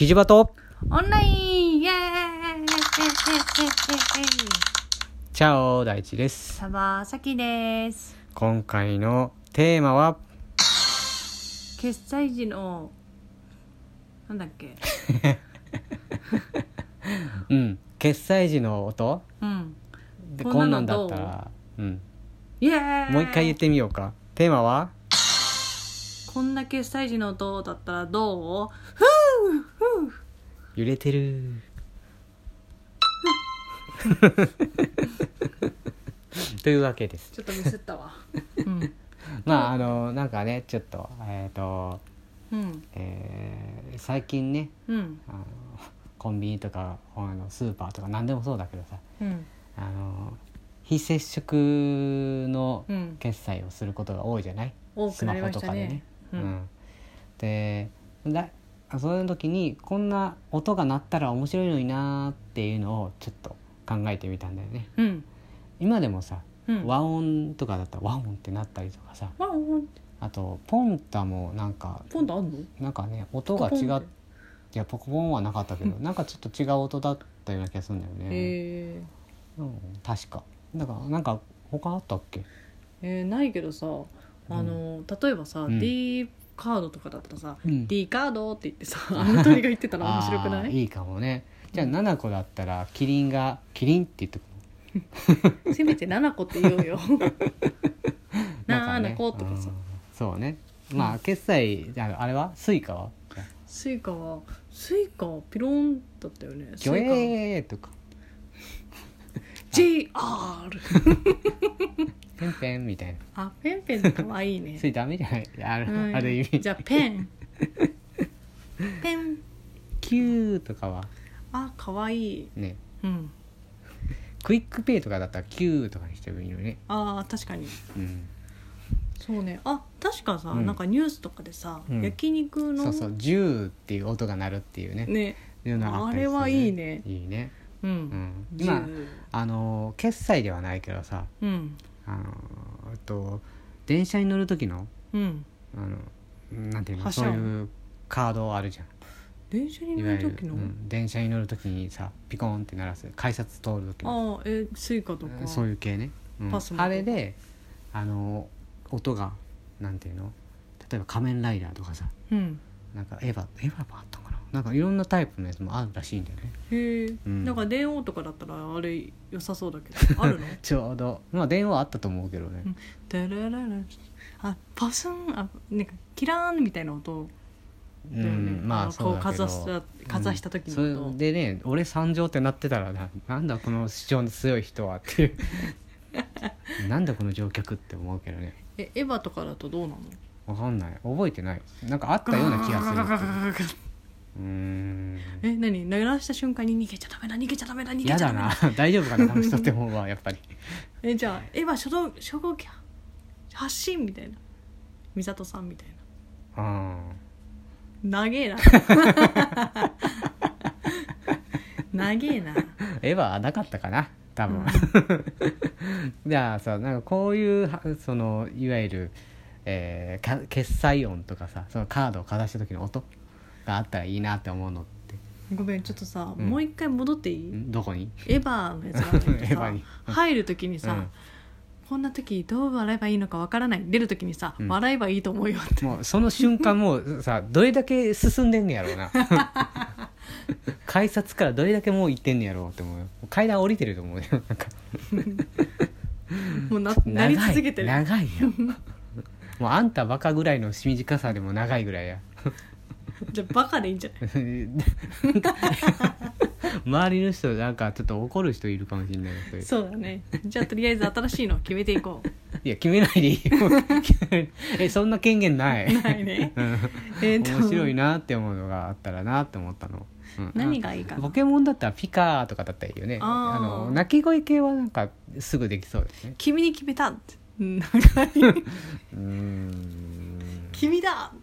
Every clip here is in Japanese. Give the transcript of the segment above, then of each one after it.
キジバトオンラインイエーイチャオ大地です。 サバサキです。 今回のテーマは決済時のなんだっけ決済時の音、でこんなんだったらイエーイもう一回言ってみようか。テーマはこんな決済時の音だったらどう？ 揺れてるというわけです。 ちょっとミスったわまあなんかねちょっと最近ね、コンビニとかスーパーとか何でもそうだけどさ、非接触の決済をすることが多いじゃない、 多くなりましたね。 スマホとかでね、でそういう時にこんな音が鳴ったら面白いのになっていうのをちょっと考えてみたんだよね。今でもさ、和音とかだったら和音ってなったりとかさ、あとポンタもなんかポンタあんの？ なんかね音が違っいやポコポンはなかったけどなんかちょっと違う音だったような気がするんだよね。確かだからなんか他あったっけ？ ないけどさ、例えばさ、D カードとかだったらさ、D カードって言ってさ、あの鳥が言ってたら面白くない？ いいかもね。じゃあ7個だったらキリンがキリンって言ってくるせめて7個って言おうよ7個とかさ。 そうね。まあ決済あれはスイカはスイカピロンだったよね。 ギョエーとか JR ペンペンみたいな。 ペンペンかわいいね。 それダメじゃない？ある意味。 じゃあペンキューとかはかわいいね。クイックペイとかだったらキューとかにしてもいいのね。 確かに。そうね。確かさ、なんかニュースとかでさ、焼肉のそうジューっていう音が鳴るっていうね。いうのがあったりするね。 あれはいいね。 いいね。今決済ではないけどさ、電車に乗る時のなんていうの、そういうカードあるじゃん。 電車に乗る時の、 電車に乗る時にさピコンって鳴らす、改札通る時のスイカとかそういう系ね、 パスもあれで音がなんていうの、例えば仮面ライダーとかさ、なんかエヴァもあったかな、なんかいろんなタイプのやつもあるらしいんだよね。 へえ、なんか電王とかだったらあれ良さそうだけどあるの？ ちょうど電話あったと思うけどね。 パスンなんかキラーンみたいな音。 まあそうだけどかざした時の音、それでね、俺参上ってなってたらなんだこの主張の強い人はっていうなんだこの乗客って思うけどね。 エヴァとかだとどうなの？ わかんない、覚えてない。なんかあったような気がする。 何鳴らした瞬間に逃げちゃダメだやだな大丈夫かなこの人って思うわやっぱり。 じゃあエヴァ初号機発信みたいな、美里さんみたいな。長えなエヴァはなかったかな多分、じゃあさ、なんかこういうそのいわゆる、決済音とかさ、そのカードをかざした時の音があったらいいなって思うのって。 ごめんちょっとさ、もう一回戻っていい？ どこに？ エヴァのやつがあったけどさエヴァに入る時にさ、こんな時どう笑えばいいのかわからない、出る時にさ、笑えばいいと思うよって。 もうその瞬間もうさどれだけ進んでんねやろうな改札からどれだけもう行ってんねやろうって思うよ。階段降りてると思うよなんかもうなり続けてる。 長いよもうあんたバカぐらいの短さでも長いぐらいやじゃあバカでいいんじゃない周りの人なんかちょっと怒る人いるかもしれない。 そうだね。じゃあとりあえず新しいの決めていこう。 いや決めないでいいよそんな権限ないないね面白いなって思うのがあったらなって思ったの。 何がいいかな。 ポケモンだったらピカーとかだったらいいよね。鳴き声系はなんかすぐできそうですね。 君に決めたって長い君だ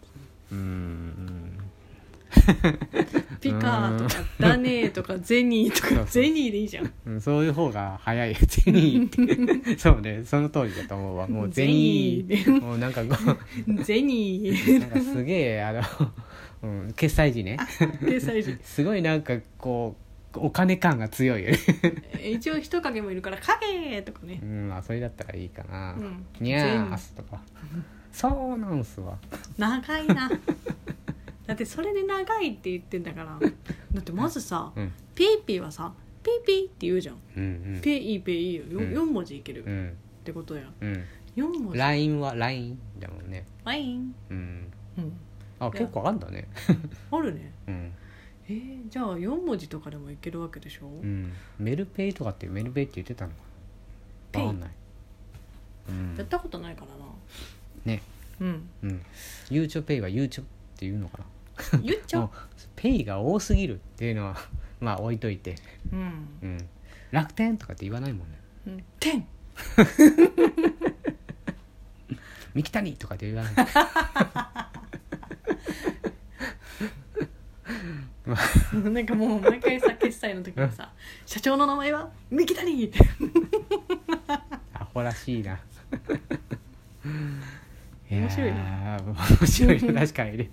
ピカーとかダネーとかゼニーとかゼニーでいいじゃん。 そういう方が早い。ゼニーってそうね、その通りだと思うわ。もうゼニーもうなんかゼニーなんかすげえうん、決済時ね決済時すごいなんかこうお金感が強いよね一応人影もいるから影とかね、 まあそれだったらいいかな、 にゃーすとかそうなんすわ長いなだってそれで長いって言ってんだからだってまずさ、ペイペイはさペイペイって言うじゃん、ペイペイ4文字いける、ってことや、4文字 LINE は LINE だもんね LINE あ結構あんだねあるね、じゃあ4文字とかでもいけるわけでしょ、 メルペイとかってメルペイって言ってたのかな、わかんない、 やったことないからなね、ゆうちょペイはゆうちょっていうのかなゆっちょペイが多すぎるっていうのはまあ置いといて、楽天とかって言わないもんね、 天三木谷とかって言わないなんかもう毎回さ決済の時にさ社長の名前は三木谷ってアホらしいな面白いな面白いな確かにね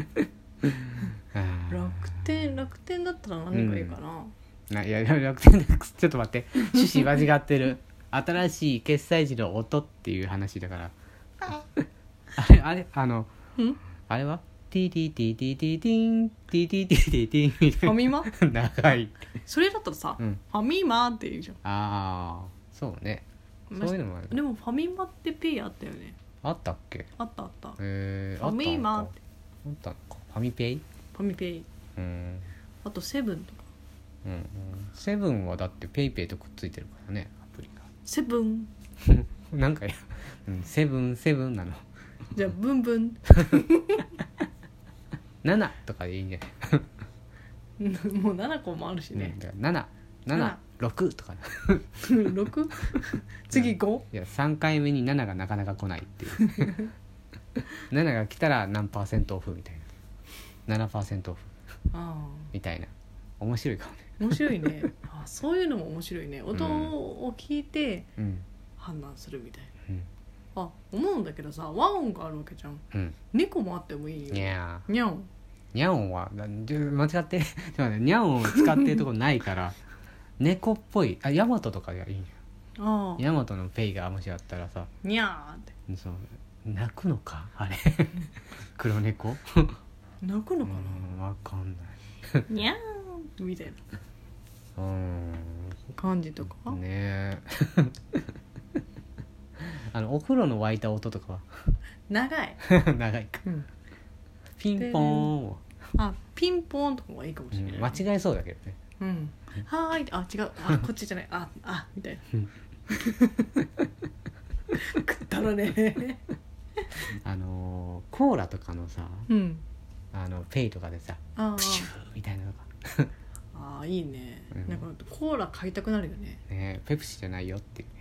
楽天だったら何がいいかな、 いや楽天ちょっと待って趣旨間違ってる新しい決済時の音っていう話だからあれあれはティティティティティティンティティティティティンみたいなファミマ長いそれだったらさ、ファミマって言うじゃん。 ああそうね、そういうのもある。 でもファミマってペイあったよね。 あったっけ。 あったあった。 ファミマってあったのか。ファミペイ。 ファミペイ。あとセブンとか。 セブンはだってペイペイとくっついてるからね、アプリが。 セブンなんかセブンなの。 じゃあブンブン 7とかでいいんじゃないもう7個もあるしね。 6とか 6 次 5? いや3回目に7がなかなか来ないっていう7が来たら何%オフみたいな 7% オフみたいな。面白いかもね。 面白いね。そういうのも面白いね。音を聞いて判断するみたいな、思うんだけどさ、和音があるわけじゃん、猫もあってもいいよ。 にゃーにゃんにゃんは間違ってにゃんを使ってるとこないから猫っぽい。ヤマトとかではいいんよ。ヤマトのペイがもしあったらさ、 にゃーってそう泣くのかあれ黒猫泣くのかな。わかんないにゃーみたいな感じとかねえお風呂の沸いた音とかは長い長いか、ピンポーンピンポーンとかもいいかもしれない、 間違えそうだけどね。 はーい、違う、こっちじゃない、みたいな食ったのねコーラとかのさ、ペイとかでさプシューみたいなのがいいね、なんかコーラ買いたくなるよね。 ね、ペプシじゃないよっていうね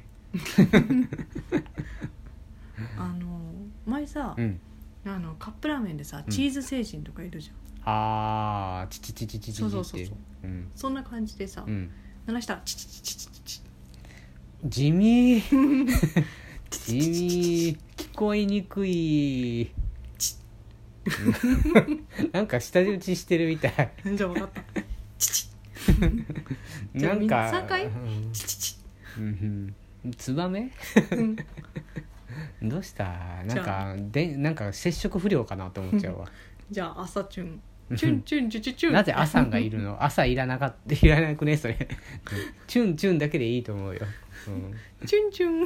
前さ、カップラーメンでさチーズ星人とかいるじゃん。チチチチチチそう、そんな感じでさ、鳴らしたらチチチチチチ地味聞こえにくいなんか舌打ちしてるみたい。 じゃあ分かったチチなんか 3回チチチツバメどうしたなんか接触不良かなと思っちゃうわじゃあ朝チュンチュンチュンチュチュチュンなぜ朝がいるの。朝いらなくねそれチュンチュンだけでいいと思うよ、 チュンチュ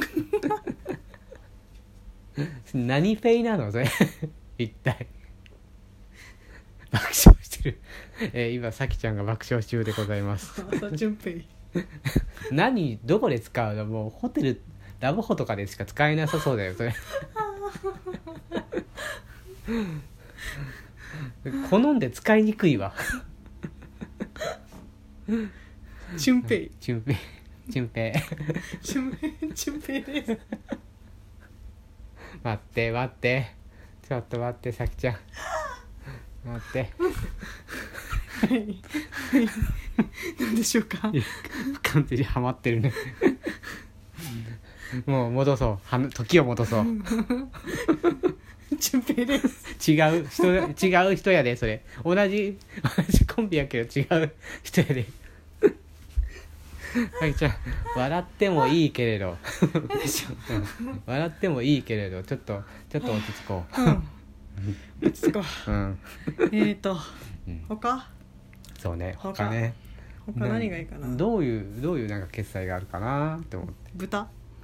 ン何ペイなのそれ一体爆笑してる、今さきちゃんが爆笑中でございます。 朝チュンペイどこで使うの。もうホテルラブホとかでしか使えなさそうだよそれ好んで使いにくいわチュンペイチュンペイチュンペイチュンペイです待ってちょっと待ってさきちゃん待って何でしょうか。 完全にハマってるねもう戻そう、時を戻そうチュンペイです違う人やでそれ同じコンビやけど違う人やではいじゃあ笑ってもいいけれど笑ってもいいけれどちょっと落ち着こう、 落ち着こう、他そうね他何がいいかな。 どういうなんか決済があるかなって思って。豚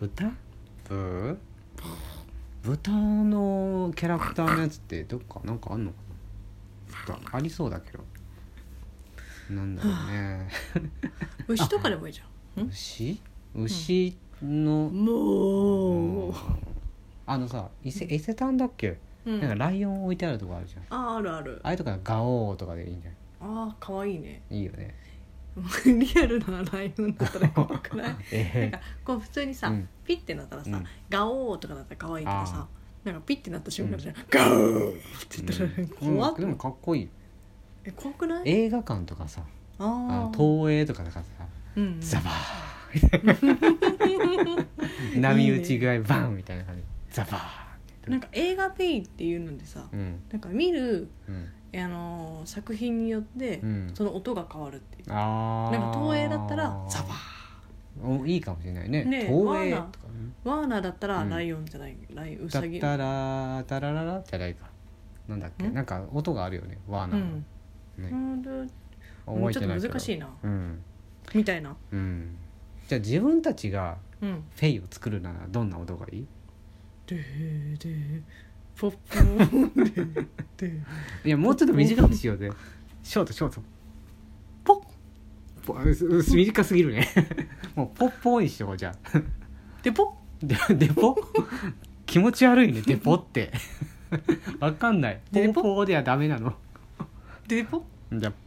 のキャラクターのやつってどっかなんかあんのかな。ありそうだけどなんだろうね牛とかでもいいじゃん。 牛の、 もうさ伊勢丹だっけ、なんかライオン置いてあるとこあるじゃん。 あるある。 あれとかガオーとかでいいんじゃない。 かわいいね。 いいよね。 リアルなライオンだったら怖くない？なんかこう普通にさ、ピッてなったらさ、ガオーとかだったら可愛いけどさ、なんかピッてなった瞬間じゃガオーって言ったら怖く。 でもかっこいい。 怖くない？ 映画館とかさ、東映とかだからさ、ザバー波打ち具合バンみたいな感じ。ザバー。 なんか映画ペイっていうのでさ、なんか見る。作品によってその音が変わるっていう、なんか東映だったらザバーいいかもしれないね。東映とかワーナーだったらライオンじゃない、ウサギだったらタラララじゃないかなんだっけ、なんか音があるよねワーナーの、 ちょっと難しいな、みたいな。 じゃあ自分たちがフェイを作るならどんな音がいい？ ポッポーいやもうちょっと短くしようぜ。ショートポッ短すぎるねもうポッポーにしよう。じゃあデポデポ気持ち悪いねデポってわかんない。ポーポーではダメなの。 デポじゃあ